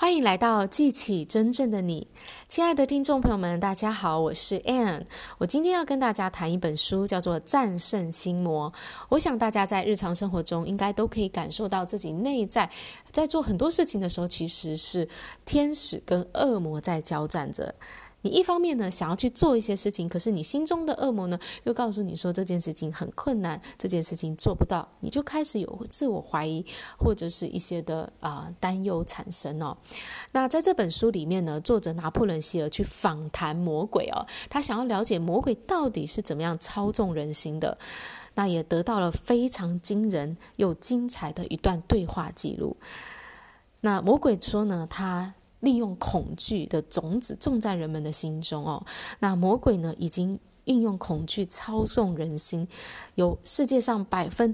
欢迎来到记起真正的你。亲爱的听众朋友们，大家好，我是 Ann。 我今天要跟大家谈一本书，叫做《战胜心魔》。我想大家在日常生活中应该都可以感受到自己内在在做很多事情的时候，其实是天使跟恶魔在交战着。你一方面呢想要去做一些事情，可是你心中的恶魔呢又告诉你说这件事情很困难，这件事情做不到，你就开始有自我怀疑或者是一些的担忧产生哦。那在这本书里面呢，作者拿破仑希尔去访谈魔鬼哦，他想要了解魔鬼到底是怎么样操纵人心的，那也得到了非常惊人又精彩的一段对话记录。那魔鬼说呢，他利用恐惧的种子种在人们的心中哦。那魔鬼呢，已经运用恐惧操纵人心，有世界上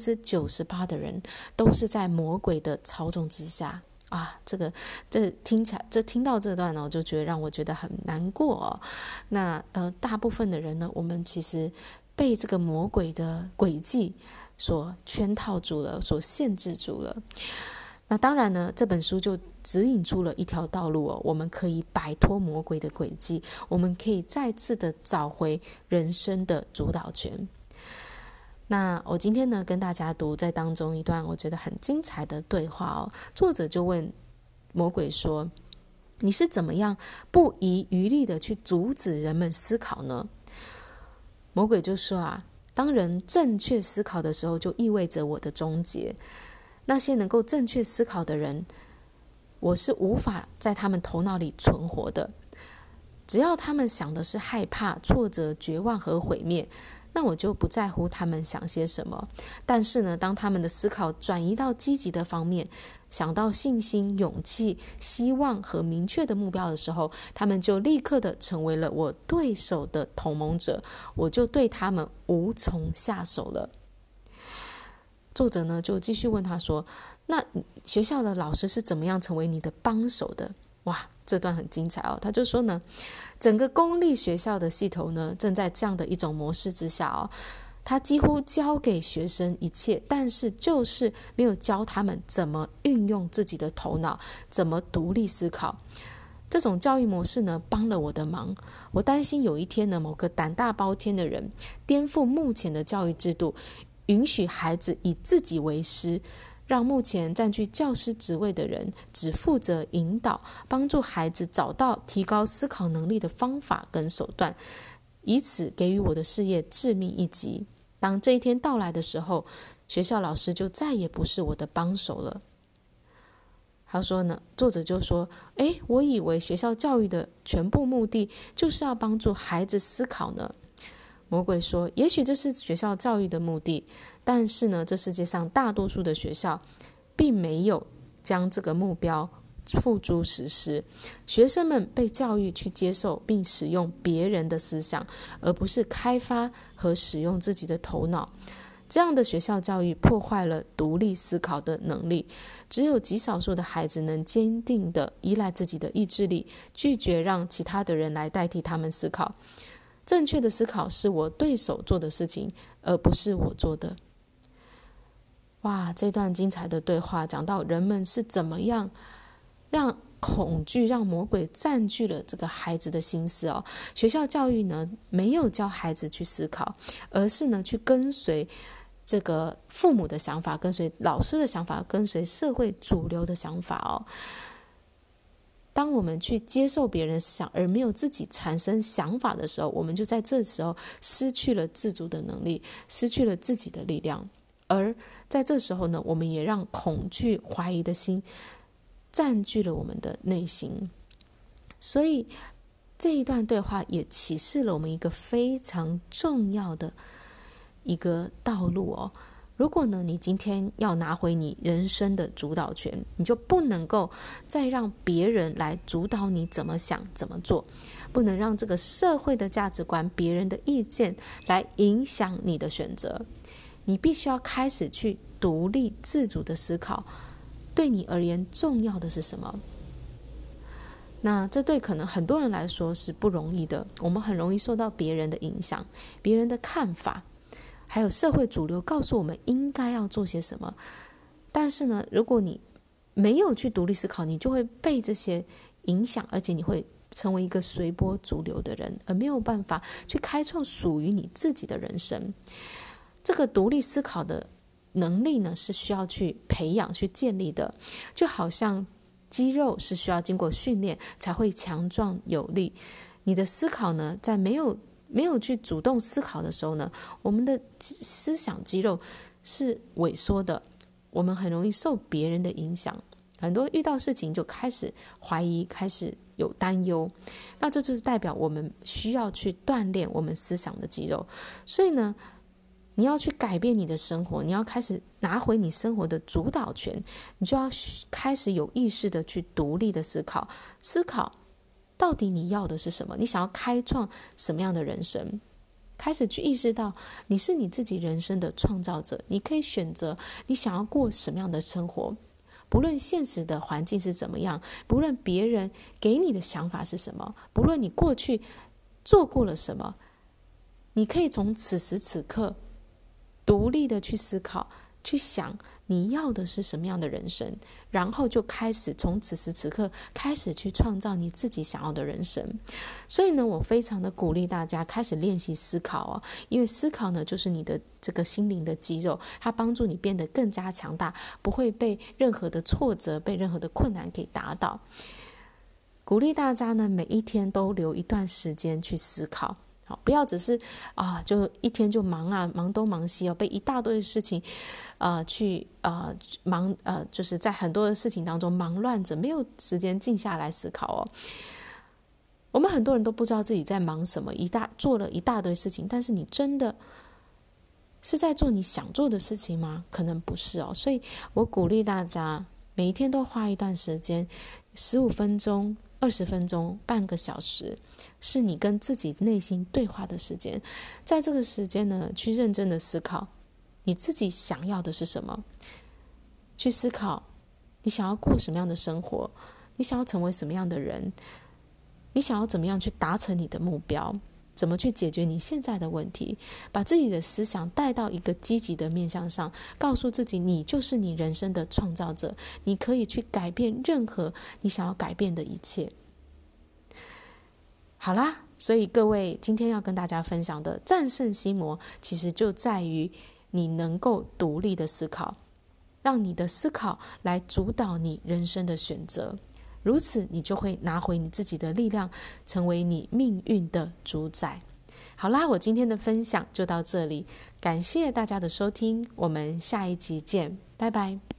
98%的人都是在魔鬼的操纵之下啊。听到这段呢，就让我觉得很难过哦。那大部分的人呢，我们其实被这个魔鬼的诡计所圈套住了，所限制住了。那当然呢，这本书就指引出了一条道路哦，我们可以摆脱魔鬼的诡计，我们可以再次的找回人生的主导权。那我今天呢，跟大家读在当中一段我觉得很精彩的对话哦。作者就问魔鬼说，你是怎么样不遗余力的去阻止人们思考呢？魔鬼就说当人正确思考的时候，就意味着我的终结。那些能够正确思考的人，我是无法在他们头脑里存活的。只要他们想的是害怕、挫折、绝望和毁灭，那我就不在乎他们想些什么。但是呢，当他们的思考转移到积极的方面，想到信心、勇气、希望和明确的目标的时候，他们就立刻的成为了我对手的同盟者，我就对他们无从下手了。作者呢就继续问他说，那学校的老师是怎么样成为你的帮手的？哇，这段很精彩哦。他就说呢，整个公立学校的系统呢正在这样的一种模式之下哦，他几乎教给学生一切，但是就是没有教他们怎么运用自己的头脑，怎么独立思考。这种教育模式呢帮了我的忙，我担心有一天呢，某个胆大包天的人颠覆目前的教育制度，允许孩子以自己为师，让目前占据教师职位的人只负责引导，帮助孩子找到提高思考能力的方法跟手段，以此给予我的事业致命一击。当这一天到来的时候，学校老师就再也不是我的帮手了。他说呢，作者就说，我以为学校教育的全部目的就是要帮助孩子思考呢。魔鬼说，也许这是学校教育的目的，但是呢，这世界上大多数的学校并没有将这个目标付诸实施。学生们被教育去接受并使用别人的思想，而不是开发和使用自己的头脑。这样的学校教育破坏了独立思考的能力，只有极少数的孩子能坚定地依赖自己的意志力，拒绝让其他的人来代替他们思考。正确的思考是我对手做的事情，而不是我做的。哇，这段精彩的对话讲到人们是怎么样让恐惧、让魔鬼占据了这个孩子的心思哦。学校教育呢，没有教孩子去思考，而是呢去跟随这个父母的想法，跟随老师的想法，跟随社会主流的想法哦。当我们去接受别人思想而没有自己产生想法的时候，我们就在这时候失去了自主的能力，失去了自己的力量。而在这时候呢，我们也让恐惧、怀疑的心占据了我们的内心。所以这一段对话也启示了我们一个非常重要的一个道路哦。如果呢，你今天要拿回你人生的主导权，你就不能够再让别人来主导你怎么想怎么做，不能让这个社会的价值观、别人的意见来影响你的选择。你必须要开始去独立自主的思考，对你而言重要的是什么。那这对可能很多人来说是不容易的，我们很容易受到别人的影响，别人的看法，还有社会主流告诉我们应该要做些什么。但是呢，如果你没有去独立思考，你就会被这些影响，而且你会成为一个随波逐流的人，而没有办法去开创属于你自己的人生。这个独立思考的能力呢，是需要去培养、去建立的，就好像肌肉是需要经过训练才会强壮有力。你的思考呢，在没有去主动思考的时候呢，我们的思想肌肉是萎缩的，我们很容易受别人的影响，很多遇到事情就开始怀疑，开始有担忧，那这就是代表我们需要去锻炼我们思想的肌肉。所以呢，你要去改变你的生活，你要开始拿回你生活的主导权，你就要开始有意识的去独立的思考到底你要的是什么，你想要开创什么样的人生，开始去意识到你是你自己人生的创造者，你可以选择你想要过什么样的生活，不论现实的环境是怎么样，不论别人给你的想法是什么，不论你过去做过了什么，你可以从此时此刻独立的去思考，去想你要的是什么样的人生，然后就开始从此时此刻开始去创造你自己想要的人生。所以呢，我非常的鼓励大家开始练习思考哦，因为思考呢，就是你的这个心灵的肌肉，它帮助你变得更加强大，不会被任何的挫折、被任何的困难给打倒。鼓励大家呢，每一天都留一段时间去思考。好，不要只是就一天就忙忙东忙西被一大堆的事情忙就是在很多的事情当中忙乱着，没有时间静下来思考哦。我们很多人都不知道自己在忙什么，做了一大堆事情，但是你真的是在做你想做的事情吗？可能不是哦。所以我鼓励大家每一天都花一段时间，15分钟、20分钟、半个小时，是你跟自己内心对话的时间。在这个时间呢，去认真的思考你自己想要的是什么，去思考你想要过什么样的生活，你想要成为什么样的人，你想要怎么样去达成你的目标，怎么去解决你现在的问题，把自己的思想带到一个积极的面向上，告诉自己你就是你人生的创造者，你可以去改变任何你想要改变的一切。好啦，所以各位今天要跟大家分享的战胜心魔，其实就在于你能够独立的思考，让你的思考来主导你人生的选择，如此你就会拿回你自己的力量，成为你命运的主宰。好啦，我今天的分享就到这里，感谢大家的收听，我们下一集见，拜拜。